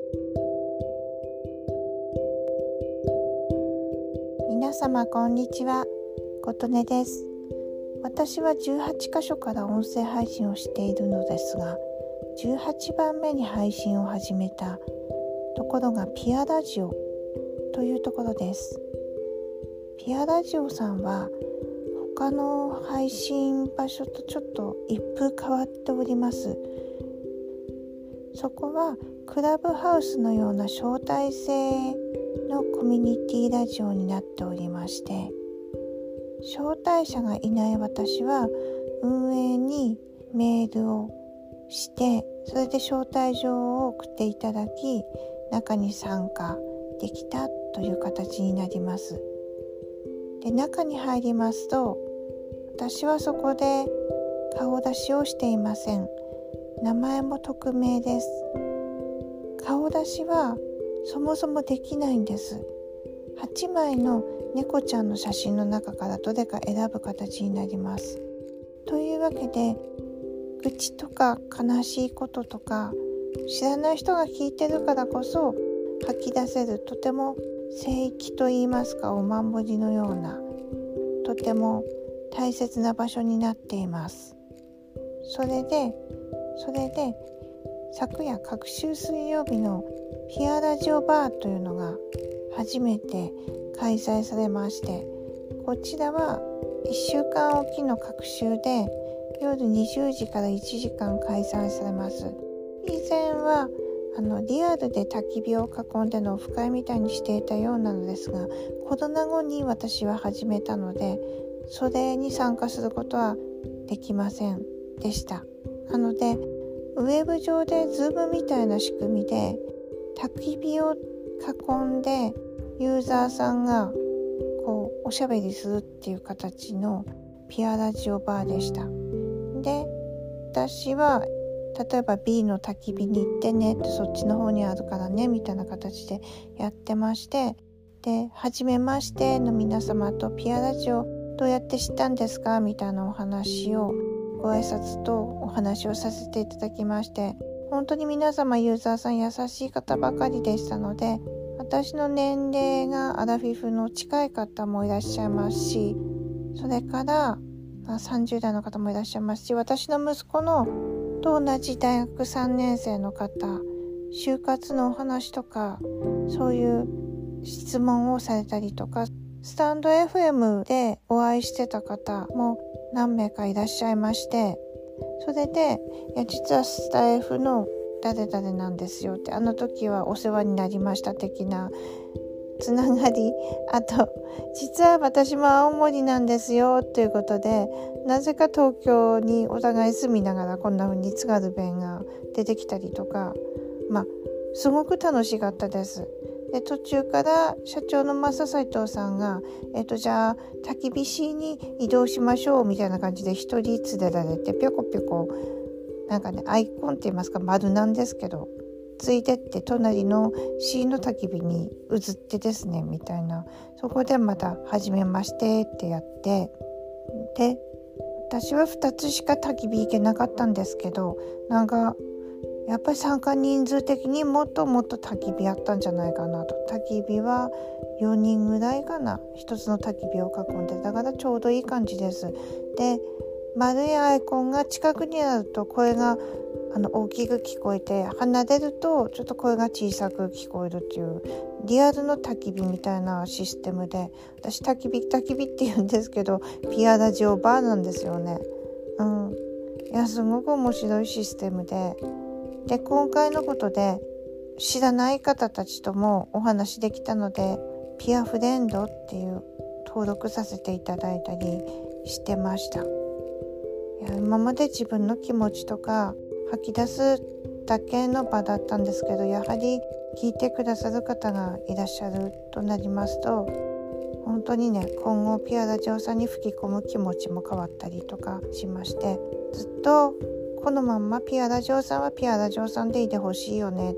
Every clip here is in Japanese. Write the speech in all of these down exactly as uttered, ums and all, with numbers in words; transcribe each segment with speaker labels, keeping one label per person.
Speaker 1: 皆様こんにちは、琴音です。私はじゅうはちかしょから音声配信をしているのですが、じゅうはちばんめに配信を始めたところがピアラジオというところです。ピアラジオさんは他の配信場所とちょっと一風変わっております。そこはクラブハウスのような招待制のコミュニティラジオになっておりまして、招待者がいない私は運営にメールをして、それで招待状を送っていただき、中に参加できたという形になります。で、中に入りますと、私はそこで顔出しをしていません。名前も匿名です。顔出しはそもそもできないんです。はちまいの猫ちゃんの写真の中からどれか選ぶ形になります。というわけで、愚痴とか悲しいこととか知らない人が聞いてるからこそ吐き出せる、とても聖域といいますか、お守りのようなとても大切な場所になっています。それでそれで昨夜各週水曜日のピアラジオバーというのが初めて開催されまして、こちらはいっしゅうかんおきの各週で夜にじゅうじからいちじかん開催されます。以前はあのリアルで焚き火を囲んでのオフ会みたいにしていたようなのですが、コロナ後に私は始めたので、それに参加することはできませんでした。なのでウェブ上でズームみたいな仕組みで焚き火を囲んでユーザーさんがこうおしゃべりするっていう形のピアラジオバーでした。で、私は例えば B の焚き火に行ってねって、そっちの方にあるからねみたいな形でやってまして、で、初めましての皆様とピアラジオどうやって知ったんですかみたいなお話を、ご挨拶とお話をさせていただきまして、本当に皆様ユーザーさん優しい方ばかりでしたので、私の年齢がアラフィフの近い方もいらっしゃいますし、それからさんじゅうだいの方もいらっしゃいますし、私の息子のと同じ大学さんねんせいの方、就活のお話とかそういう質問をされたりとか、スタンド エフエム でお会いしてた方も何名かいらっしゃいまして、それで、いや実はスタイフの誰々なんですよって、あの時はお世話になりました的なつながり、あと実は私も青森なんですよということで、なぜか東京にお互い住みながらこんな風に津軽弁が出てきたりとか、まあすごく楽しかったです。で、途中から社長の正斉藤さんが、えっとじゃあ焚き火しに移動しましょうみたいな感じで一人連れられて、ぴょこぴょこなんかね、アイコンって言いますか、丸なんですけどついてって隣の C の焚き火に移ってですねみたいな、そこでまた初めましてってやって、で私はふたつしか焚き火行けなかったんですけど、なんかやっぱり参加人数的にもっともっと焚き火やったんじゃないかなと。焚き火はよにんぐらいかな、一つの焚き火を囲んで、だからちょうどいい感じです。で、丸いアイコンが近くにあると声があの大きく聞こえて、離れるとちょっと声が小さく聞こえるっていうリアルの焚き火みたいなシステムで、私焚き火焚き火って言うんですけど、ピアラジオバーなんですよね。うん、いやすごく面白いシステムで、で今回のことで知らない方たちともお話できたので、ピアフレンドっていう登録させていただいたりしてました。いや今まで自分の気持ちとか吐き出すだけの場だったんですけど、やはり聞いてくださる方がいらっしゃるとなりますと、本当にね、今後ピアラジオさんに吹き込む気持ちも変わったりとかしまして、ずっとこのまんまピアラジオさんはピアラジオさんでいてほしいよねって、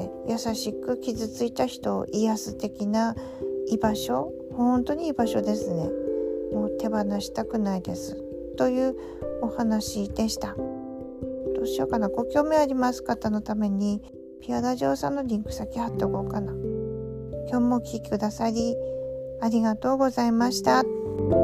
Speaker 1: 優しく傷ついた人を癒す的な居場所、本当に居場所ですね。もう手放したくないですというお話でした。どうしようかな、ご興味あります方のためにピュアラジオさんのリンク先貼っておこうかな。今日もお聞きくださりありがとうございました。